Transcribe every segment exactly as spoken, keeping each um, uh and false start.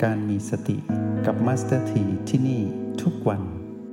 การมีสติกับมาสเตอร์ทีที่นี่ทุกวัน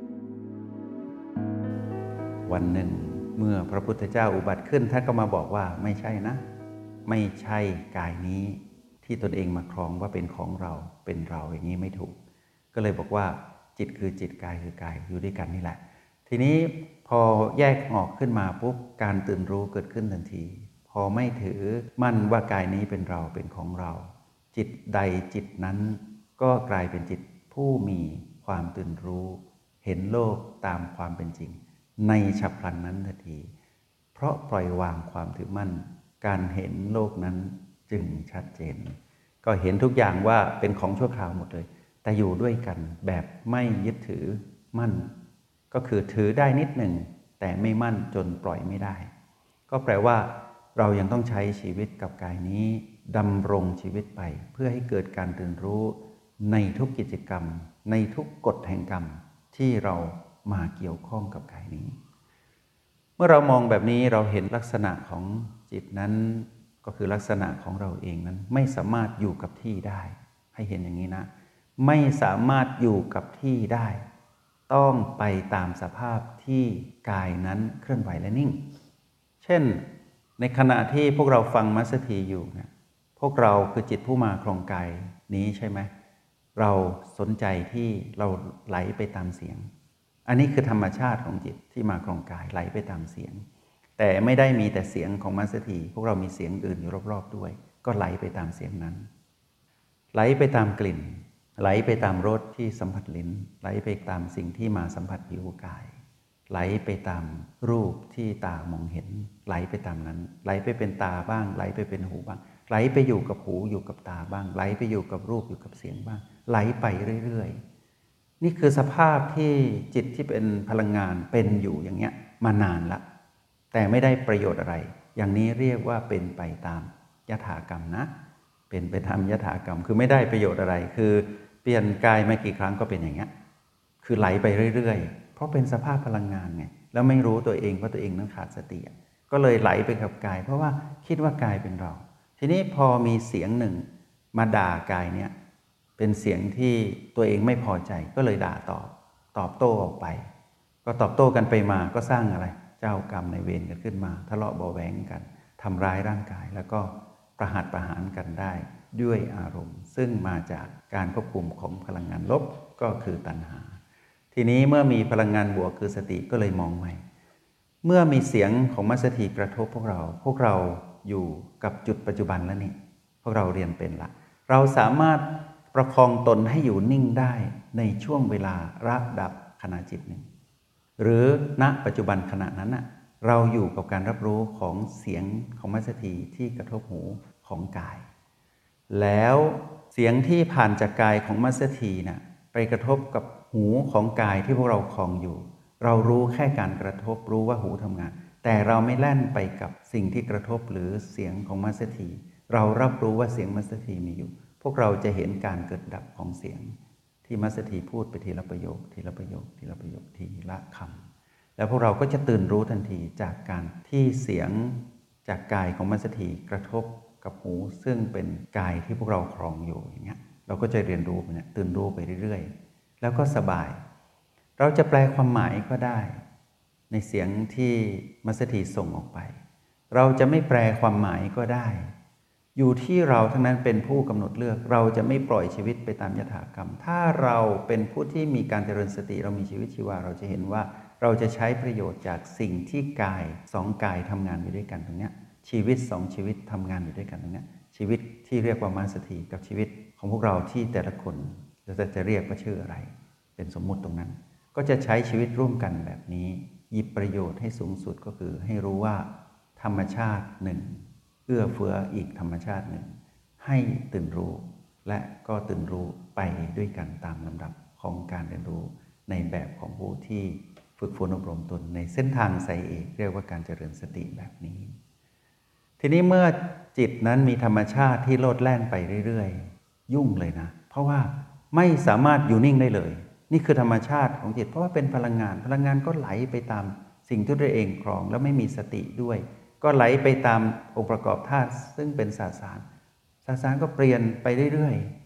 วันหนึ่งเมื่อพระพุทธเจ้าอุบัติขึ้นท่านก็มาบอกว่าไม่ใช่นะไม่ใช่กายนี้ที่ตนเองมาครองว่าเป็นของเราเป็นเราอย่างนี้ไม่ถูกก็เลยบอกว่าจิตคือจิตกายคือกายอยู่ด้วยกันนี่แหละทีนี้พอแยกออกขึ้นมาปุ๊บการตื่นรู้เกิดขึ้นทันทีพอไม่ถือมั่นว่ากายนี้เป็นเราเป็นของเราจิตใดจิตนั้นก็กลายเป็นจิตผู้มีความตื่นรู้เห็นโลกตามความเป็นจริงในฉับพลันนั้นทันทีเพราะปล่อยวางความถือมั่นการเห็นโลกนั้นจึงชัดเจนก็เห็นทุกอย่างว่าเป็นของชั่วคราวหมดเลยแต่อยู่ด้วยกันแบบไม่ยึดถือมั่นก็คือถือได้นิดหนึ่งแต่ไม่มั่นจนปล่อยไม่ได้ก็แปลว่าเรายังต้องใช้ชีวิตกับกายนี้ดำรงชีวิตไปเพื่อให้เกิดการตื่นรู้ในทุกกิจกรรมในทุกกฎแห่งกรรมที่เรามาเกี่ยวข้องกับกายนี้เมื่อเรามองแบบนี้เราเห็นลักษณะของจิตนั้นก็คือลักษณะของเราเองนั้นไม่สามารถอยู่กับที่ได้ให้เห็นอย่างนี้นะไม่สามารถอยู่กับที่ได้ต้องไปตามสภาพที่กายนั้นเคลื่อนไหวและนิ่งเช่นในขณะที่พวกเราฟังมัสถีอยู่เนี่ยพวกเราคือจิตผู้มาครองกายนี้ใช่ไหมเราสนใจที่เราไหลไปตามเสียงอันนี้คือธรรมชาติของจิตที่มาครองกายไหลไปตามเสียงแต่ไม่ได้มีแต่เสียงของมัสถีพวกเรามีเสียงอื่นอยู่รอบๆด้วยก็ไหลไปตามเสียงนั้นไหลไปตามกลิ่นไหลไปตามรสที่สัมผัสลิ้นไหลไปตามสิ่งที่มาสัมผัสผิวกายไหลไปตามรูปที่ตามองเห็นไหลไปตามนั้นไหลไปเป็นตาบ้างไหลไปเป็นหูบ้างไหลไปอยู่กับหูอยู่กับตาบ้างไหลไปอยู่กับรูปอยู่กับเสียงบ้างไหลไปเรื่อยๆนี่คือสภาพที่จิตที่เป็นพลังงานเป็นอยู่อย่างเงี้ยมานานละแต่ไม่ได้ประโยชน์อะไรอย่างนี้เรียกว่าเป็นไปตามยถากรรมนะเป็นไปตามยถากรรมคือไม่ได้ประโยชน์อะไรคือเปลี่ยนกายไม่กี่ครั้งก็เป็นอย่างเงี้ยคือไหลไปเรื่อยๆเพราะเป็นสภาพพลังงานไงแล้วไม่รู้ตัวเองว่าตัวเองนั้นขาดสติก็เลยไหลไปกับกายเพราะว่าคิดว่ากายเป็นเราทีนี้พอมีเสียงหนึ่งมาด่ากายเนี่ยเป็นเสียงที่ตัวเองไม่พอใจก็เลยด่าตอบตอบโต้ออกไปก็ตอบโต้กันไปมาก็สร้างอะไรเจ้ากรรมในเวรกันขึ้นมาทะเลาะเบาะแว้งกันทำร้ายร่างกายแล้วก็ประหัตประหารกันได้ด้วยอารมณ์ซึ่งมาจากการควบคุมของพลังงานลบก็คือตัณหาทีนี้เมื่อมีพลังงานบวกคือสติก็เลยมองใหม่เมื่อมีเสียงของมัสถีกระทบพวกเราพวกเราอยู่กับจุดปัจจุบันแล้วนี่พวกเราเรียนเป็นละเราสามารถประคองตนให้อยู่นิ่งได้ในช่วงเวลาระดับขณะจิตหนึ่งหรือณปัจจุบันขณะนั้นน่ะเราอยู่กับการรับรู้ของเสียงของมัสถีที่กระทบหูของกายแล้วเสียงที่ผ่านจากกายของมัสถีน่ะไปกระทบกับหูของกายที่พวกเราครองอยู่เรารู้แค่การกระทบรู้ว่าหูทำงานแต่เราไม่แล่นไปกับสิ่งที่กระทบหรือเสียงของมัสถีเรารับรู้ว่าเสียงมัสถีมีอยู่พวกเราจะเห็นการเกิดดับของเสียงที่มัสถีพูดไปทีละประโยคทีละประโยคทีละประโยคทีละคำแล้วพวกเราก็จะตื่นรู้ทันทีจากการที่เสียงจากกายของมัสถีกระทบกับหูซึ่งเป็นกายที่พวกเราครองอยู่อย่างเงี้ยเราก็จะเรียนรู้ไปเนี่ยตื่นรู้ไปเรื่อยๆแล้วก็สบายเราจะแปลความหมายก็ได้ในเสียงที่มัสถีส่งออกไปเราจะไม่แปลความหมายก็ได้อยู่ที่เราทั้งนั้นเป็นผู้กำหนดเลือกเราจะไม่ปล่อยชีวิตไปตามยถากรรมถ้าเราเป็นผู้ที่มีการเจริญสติเรามีชีวิตชีวาเราจะเห็นว่าเราจะใช้ประโยชน์จากสิ่งที่กายสองกายทำงานอยู่ด้วยกันตรงนี้ชีวิตสองชีวิตทำงานอยู่ด้วยกันตรงนี้ชีวิตที่เรียกว่ามัสถีกับชีวิตของพวกเราที่แต่ละคนจะจะเรียกว่าชื่ออะไรเป็นสมมุติตรงนั้นก็จะใช้ชีวิตร่วมกันแบบนี้หยิบประโยชน์ให้สูงสุดก็คือให้รู้ว่าธรรมชาติหนึ่งเอื้อเฟื้ออีกธรรมชาติหนึ่งให้ตื่นรู้และก็ตื่นรู้ไปด้วยกันตามลำดับของการเรียนรู้ในแบบของผู้ที่ฝึกฝนอบรมตนในเส้นทางไซเอกเรียกว่าการเจริญสติแบบนี้ทีนี้เมื่อจิตนั้นมีธรรมชาติที่โลดแล่นไปเรื่อยๆยุ่งเลยนะเพราะว่าไม่สามารถอยู่นิ่งได้เลยนี่คือธรรมชาติของจิตเพราะว่าเป็นพลังงานพลังงานก็ไหลไปตามสิ่งที่ตัวเองครองแล้วไม่มีสติด้วยก็ไหลไปตามองค์ประกอบธาตุซึ่งเป็นสสารสสารก็เปลี่ยนไปเรื่อยๆ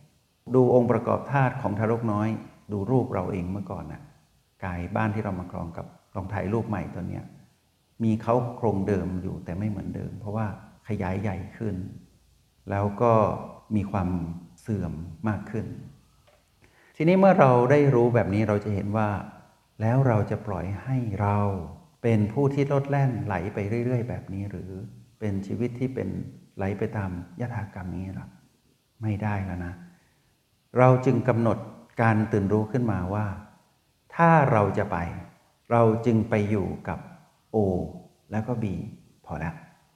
ดูองค์ประกอบธาตุของทารกน้อยดูรูปเราเองเมื่อก่อนน่ะกายบ้านที่เรามาครองกับลองถ่ายรูปใหม่ตัวเนี้ยมีเขาโครงเดิมอยู่แต่ไม่เหมือนเดิมเพราะว่าขยายใหญ่ขึ้นแล้วก็มีความเสื่อมมากขึ้นทีนี้เมื่อเราได้รู้แบบนี้เราจะเห็นว่าแล้วเราจะปล่อยให้เราเป็นผู้ที่โลดแล่นไหลไปเรื่อยๆแบบนี้หรือเป็นชีวิตที่เป็นไหลไปตามยถากรรมนี้หรอไม่ได้แล้วนะเราจึงกำหนดการตื่นรู้ขึ้นมาว่าถ้าเราจะไปเราจึงไปอยู่กับ O แล้วก็ B พอแล้ว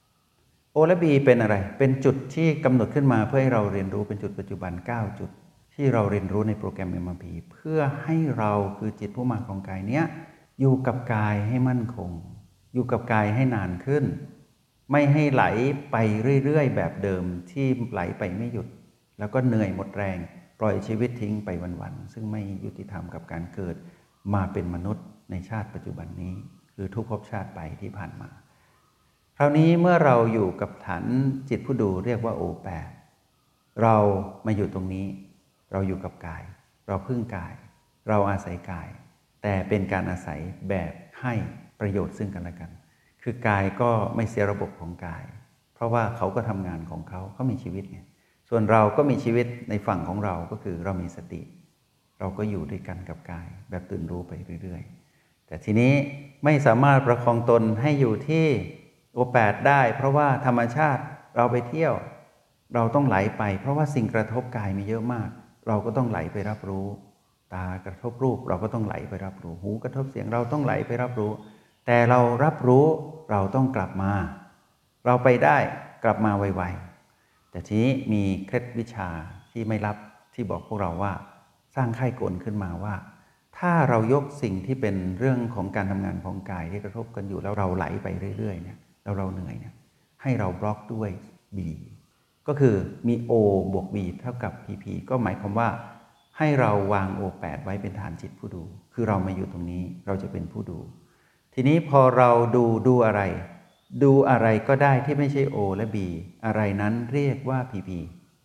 O และ B เป็นอะไรเป็นจุดที่กำหนดขึ้นมาเพื่อให้เราเรียนรู้เป็นจุดปัจจุบันเก้าจุดที่เราเรียนรู้ในโปรแกรม เอ็ม อาร์ พี เพื่อให้เราคือจิตผู้มาของกายเนี้ยอยู่กับกายให้มั่นคงอยู่กับกายให้นานขึ้นไม่ให้ไหลไปเรื่อยๆแบบเดิมที่ไหลไปไม่หยุดแล้วก็เหนื่อยหมดแรงปล่อยชีวิตทิ้งไปวันๆซึ่งไม่ยุติธรรมกับการเกิดมาเป็นมนุษย์ในชาติปัจจุบันนี้คือทุกภพชาติไปที่ผ่านมาคราวนี้เมื่อเราอยู่กับฐานจิตผู้ดูเรียกว่าโอแปดเรามาอยู่ตรงนี้เราอยู่กับกายเราพึ่งกายเราอาศัยกายแต่เป็นการอาศัยแบบให้ประโยชน์ซึ่งกันและกันคือกายก็ไม่เสียระบบของกายเพราะว่าเขาก็ทำงานของเขาเขามีชีวิตไงส่วนเราก็มีชีวิตในฝั่งของเราก็คือเรามีสติเราก็อยู่ด้วยกันกับกายแบบตื่นรู้ไปเรื่อยๆแต่ทีนี้ไม่สามารถประคองตนให้อยู่ที่โอแปดได้เพราะว่าธรรมชาติเราไปเที่ยวเราต้องไหลไปเพราะว่าสิ่งกระทบกายมีเยอะมากเราก็ต้องไหลไปรับรู้ตากระทบรูปเราก็ต้องไหลไปรับรู้หูกระทบเสียงเราต้องไหลไปรับรู้แต่เรารับรู้เราต้องกลับมาเราไปได้กลับมาไวๆแต่ทีนี้มีเคล็ดวิชาที่ไม่รับที่บอกพวกเราว่าสร้างไข้กลขึ้นมาว่าถ้าเรายกสิ่งที่เป็นเรื่องของการทำงานของกายที่กระทบกันอยู่แล้วเราไหลไปเรื่อยๆเนี่ยแล้วเราเหนื่อยเนี่ยให้เราบล็อกด้วย B ก็คือมี O บวก B เท่ากับ พี พี ก็หมายความว่าให้เราวาง โอ แปด ไว้เป็นฐานจิตผู้ดูคือเรามาอยู่ตรงนี้เราจะเป็นผู้ดูทีนี้พอเราดูดูอะไรดูอะไรก็ได้ที่ไม่ใช่ O และ B อะไรนั้นเรียกว่า พี พี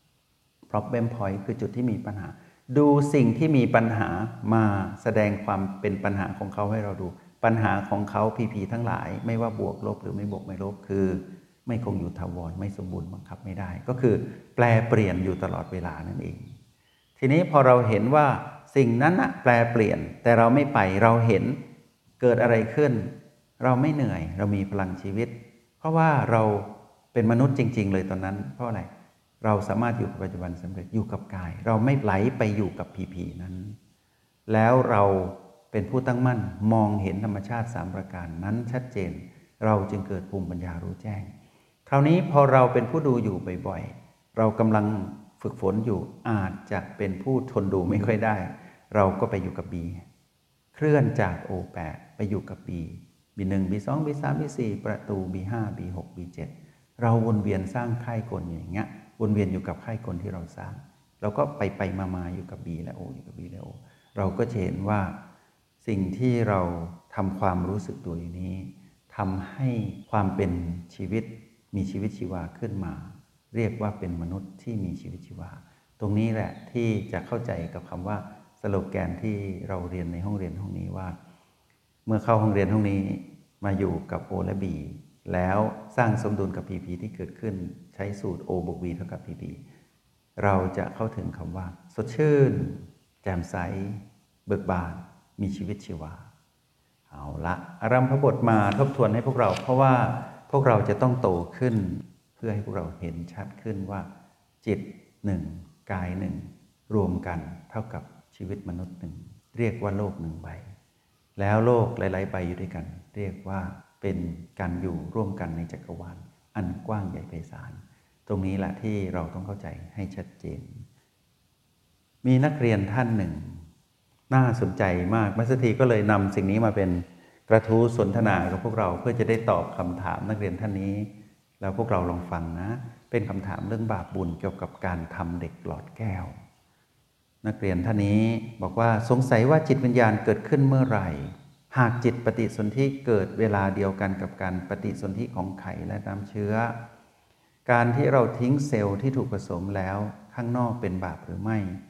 problem point คือจุดที่มีปัญหาดูสิ่งที่มีปัญหามาแสดงความเป็นปัญหาของเขาให้เราดูปัญหาของเขา พี พี ทั้งหลายไม่ว่าบวกลบหรือไม่บวกไม่ลบคือไม่คงอยู่ถาวรไม่สมบูรณ์บังคับไม่ได้ก็คือแปลเปลี่ยนอยู่ตลอดเวลานั่นเองทีนี้พอเราเห็นว่าสิ่งนั้นนะแปลเปลี่ยนแต่เราไม่ไปเราเห็นเกิดอะไรขึ้นเราไม่เหนื่อยเรามีพลังชีวิตเพราะว่าเราเป็นมนุษย์จริงๆเลยตอนนั้นเพราะอะไรเราสามารถอยู่กับปัจจุบันสำเร็จอยู่กับกายเราไม่ไหลไปอยู่กับพีพีนั้นแล้วเราเป็นผู้ตั้งมั่นมองเห็นธรรมชาติสามประการนั้นชัดเจนเราจึงเกิดภูมิปัญญารู้แจ้งคราวนี้พอเราเป็นผู้ดูอยู่บ่อยๆเรากำลังฝึกฝนอยู่อาจจะเป็นผู้ทนดูไม่ค่อยได้เราก็ไปอยู่กับ B เคลื่อนจาก โอ แปด ไปอยู่กับ B บี หนึ่ง บี สอง บี สาม บี สี่ ประตู บี ห้า บี หก บี เจ็ด เราวนเวียนสร้างค่ายกลอย่างเงี้ยวนเวียนอยู่กับค่ายกลที่เราสร้างเราก็ไปไปมามาอยู่กับ B และ O อยู่กับ B และ O เราก็จะเห็นว่าสิ่งที่เราทำความรู้สึกตัวอยู่นี้ทำให้ความเป็นชีวิตมีชีวิตชีวาขึ้นมาเรียกว่าเป็นมนุษย์ที่มีชีวิตชีวาตรงนี้แหละที่จะเข้าใจกับคำว่าสโลแกนที่เราเรียนในห้องเรียนห้องนี้ว่าเมื่อเข้าห้องเรียนห้องนี้มาอยู่กับ O และ B แล้วสร้างสมดุลกับ พี พี ที่เกิดขึ้นใช้สูตร O บวก B เท่ากับ พี พี เราจะเข้าถึงคำว่าสดชื่นแจ่มใสเบิกบานมีชีวิตชีวาเอาละอารัมพบทมาทบทวนให้พวกเราเพราะว่าพวกเราจะต้องโตขึ้นเพื่อให้พวกเราเห็นชัดขึ้นว่าจิตหนึ่งกายหนึ่งรวมกันเท่ากับชีวิตมนุษย์หนึ่งเรียกว่าโลกหนึ่งใบแล้วโลกหลายๆใบอยู่ด้วยกันเรียกว่าเป็นการอยู่ร่วมกันในจักรวาลอันกว้างใหญ่ไพศาลตรงนี้แหละที่เราต้องเข้าใจให้ชัดเจนมีนักเรียนท่านหนึ่งน่าสนใจมากมัสถีก็เลยนำสิ่งนี้มาเป็นกระทู้สนทนากับพวกเราเพื่อจะได้ตอบคำถามนักเรียนท่านนี้แล้วพวกเราลองฟังนะเป็นคำถามเรื่องบาปบุญเกี่ยวกับการทำเด็กหลอดแก้วนักเรียนท่านนี้บอกว่าสงสัยว่าจิตวิญญาณเกิดขึ้นเมื่อไหร่หากจิตปฏิสนธิเกิดเวลาเดียวกันกับการปฏิสนธิของไข่และน้ำเชื้อการที่เราทิ้งเซลล์ที่ถูกผสมแล้วข้างนอกเป็นบาปหรือไม่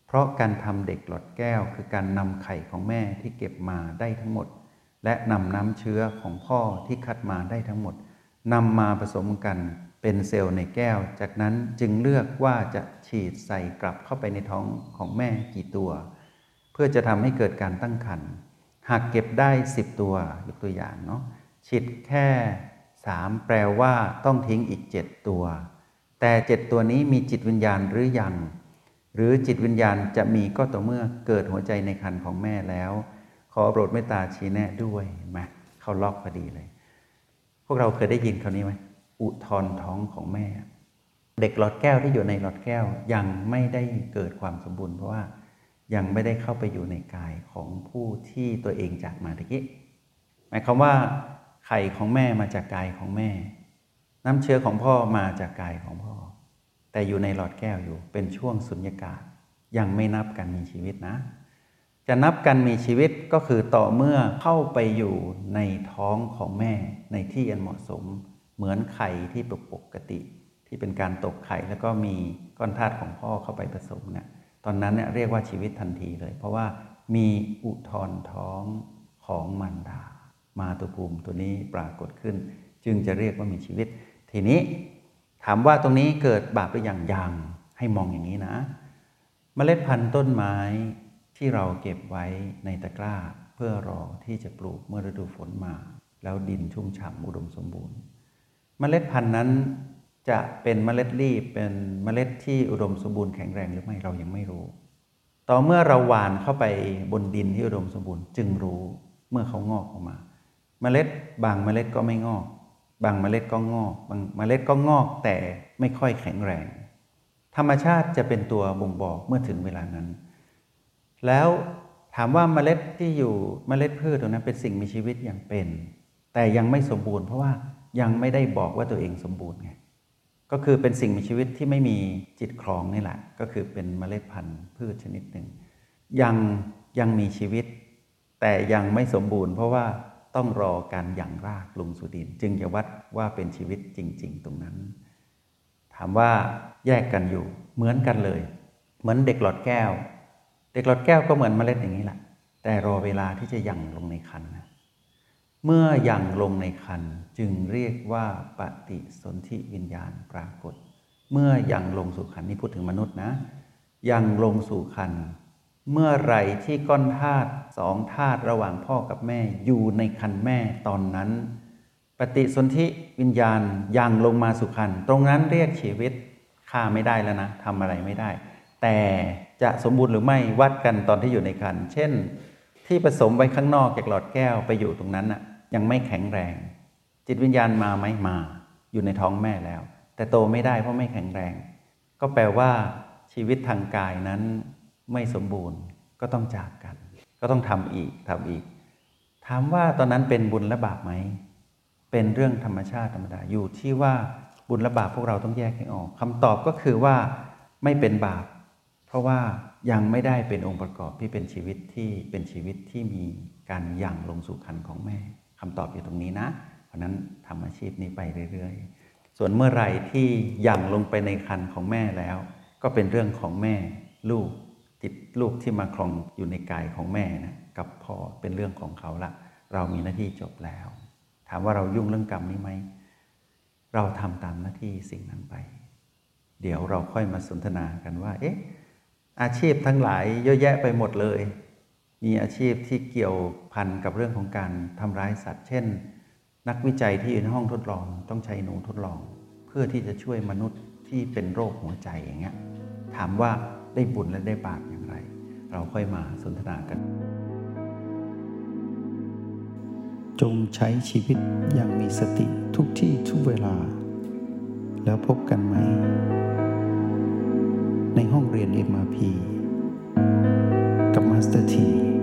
เพราะการทำเด็กหลอดแก้วคือการนำไข่ของแม่ที่เก็บมาได้ทั้งหมดและนำน้ำเชื้อของพ่อที่คัดมาได้ทั้งหมดนำมาผสมกันเป็นเซลล์ในแก้วจากนั้นจึงเลือกว่าจะฉีดใส่กลับเข้าไปในท้องของแม่กี่ตัวเพื่อจะทำให้เกิดการตั้งครรภ์หากเก็บได้สิบตัวยกตัวอย่างเนาะฉีดแค่สามแปลว่าต้องทิ้งอีกเจ็ดตัวแต่เจ็ดตัวนี้มีจิตวิญญาณหรือยังหรือจิตวิญญาณจะมีก็ต่อเมื่อเกิดหัวใจในครรภ์ของแม่แล้วขอโปรดเมตตาชี้แนะด้วยมาเข้าล็อกพอดีเลยพวกเราเคยได้ยินคำนี้ไหมอุทธรท้องของแม่เด็กหลอดแก้วที่อยู่ในหลอดแก้วยังไม่ได้เกิดความสมบูรณ์เพราะว่ายังไม่ได้เข้าไปอยู่ในกายของผู้ที่ตัวเองจากมาตะกี้หมายความว่าไข่ของแม่มาจากกายของแม่น้ำเชื้อของพ่อมาจากกายของพ่อแต่อยู่ในหลอดแก้วอยู่เป็นช่วงสุญญากาศยังไม่นับการมีชีวิตนะจะนับการมีชีวิตก็คือต่อเมื่อเข้าไปอยู่ในท้องของแม่ในที่อันเหมาะสมเหมือนไข่ที่ปกติที่เป็นการตกไข่แล้วก็มีก้อนธาตุของพ่อเข้าไปผสมเนี่ยตอนนั้นเนี่ยเรียกว่าชีวิตทันทีเลยเพราะว่ามีอุทธรท้องของมารดามาตุภูมิตัวนี้ปรากฏขึ้นจึงจะเรียกว่ามีชีวิตทีนี้ถามว่าตรงนี้เกิดบาปหรือยังยังให้มองอย่างนี้นะเมล็ดพันธุ์ต้นไม้ที่เราเก็บไว้ในตะกร้าเพื่อรอที่จะปลูกเมื่อฤดูฝนมาแล้วดินชุ่มฉ่ำอุดมสมบูรณ์เมล็ดพันธุ์นั้นจะเป็นเมล็ดรีบเป็นเมล็ดที่อุดมสมบูรณ์แข็งแรงหรือไม่เรายังไม่รู้ต่อเมื่อเราหว่านเข้าไปบนดินที่อุดมสมบูรณ์จึงรู้เมื่อเขางอกออกมาเมล็ดบางเมล็ดก็ไม่งอกบางเมล็ดก็งอกบางเมล็ดก็งอกแต่ไม่ค่อยแข็งแรงธรรมชาติจะเป็นตัวบ่งบอกเมื่อถึงเวลานั้นแล้วถามว่าเมล็ดที่อยู่เมล็ดพืชตรงนั้นเป็นสิ่งมีชีวิตอย่างเป็นแต่ยังไม่สมบูรณ์เพราะว่ายังไม่ได้บอกว่าตัวเองสมบูรณ์ไงก็คือเป็นสิ่งมีชีวิตที่ไม่มีจิตครองนี่แหละก็คือเป็นเมล็ดพันธุ์พืชชนิดหนึ่งยังยังมีชีวิตแต่ยังไม่สมบูรณ์เพราะว่าต้องรอการหยั่งรากลงสู่ดินจึงจะวัดว่าเป็นชีวิตจริงๆตรงนั้นถามว่าแยกกันอยู่เหมือนกันเลยเหมือนเด็กหลอดแก้วเด็กหลอดแก้วก็เหมือนเมล็ดอย่างนี้แหละแต่รอเวลาที่จะหยั่งลงในครรภ์นะเมื่อหยั่งลงในครรภ์จึงเรียกว่าปฏิสนธิวิญญาณปรากฏเมื่อหยั่งลงสู่ครรภ์นี่พูดถึงมนุษย์นะหยั่งลงสู่ครรภ์เมื่อไรที่ก้อนธาตุสองธาตุระหว่างพ่อกับแม่อยู่ในครรภ์แม่ตอนนั้นปฏิสนธิวิญญาณหยั่งลงมาสู่ครรภ์ตรงนั้นเรียกชีวิตฆ่าไม่ได้แล้วนะทำอะไรไม่ได้แต่จะสมบูรณ์หรือไม่วัดกันตอนที่อยู่ในครรภ์เช่นที่ผสมไว้ข้างนอกจากหลอดแก้วไปอยู่ตรงนั้นน่ะยังไม่แข็งแรงจิตวิญญาณมาไหมมาอยู่ในท้องแม่แล้วแต่โตไม่ได้เพราะไม่แข็งแรงก็แปลว่าชีวิตทางกายนั้นไม่สมบูรณ์ก็ต้องจากกันก็ต้องทำอีกทำอีกถามว่าตอนนั้นเป็นบุญและบาปไหมเป็นเรื่องธรรมชาติธรรมดาอยู่ที่ว่าบุญและบาปพวกเราต้องแยกให้ออกคำตอบก็คือว่าไม่เป็นบาปเพราะว่ายังไม่ได้เป็นองค์ประกอบที่เป็นชีวิตที่เป็นชีวิตที่มีการหยั่งลงสู่ครรภ์ของแม่คำตอบอยู่ตรงนี้นะเพราะนั้นทำอาชีพนี้ไปเรื่อยๆส่วนเมื่อไหร่ที่หยั่งลงไปในครรภ์ของแม่แล้วก็เป็นเรื่องของแม่ลูกจิตลูกที่มาครองอยู่ในกายของแม่นะกับพ่อเป็นเรื่องของเขาละเรามีหน้าที่จบแล้วถามว่าเรายุ่งเรื่องกรรมนี้ไหมเราทำตามหน้าที่สิ่งนั้นไปเดี๋ยวเราค่อยมาสนทนากันว่าเอ๊ะอาชีพทั้งหลายเยอะแยะไปหมดเลยมีอาชีพที่เกี่ยวพันกับเรื่องของการทำร้ายสัตว์เช่นนักวิจัยที่อยู่ในห้องทดลองต้องใช้หนูทดลองเพื่อที่จะช่วยมนุษย์ที่เป็นโรคหัวใจอย่างเงี้ยถามว่าได้บุญและได้บาปอย่างไรเราค่อยมาสนทนากันจงใช้ชีวิตอย่างมีสติทุกที่ทุกเวลาแล้วพบกันไหมในห้องเรียน เอ็ม อาร์ พี กับมาสเตอร์ที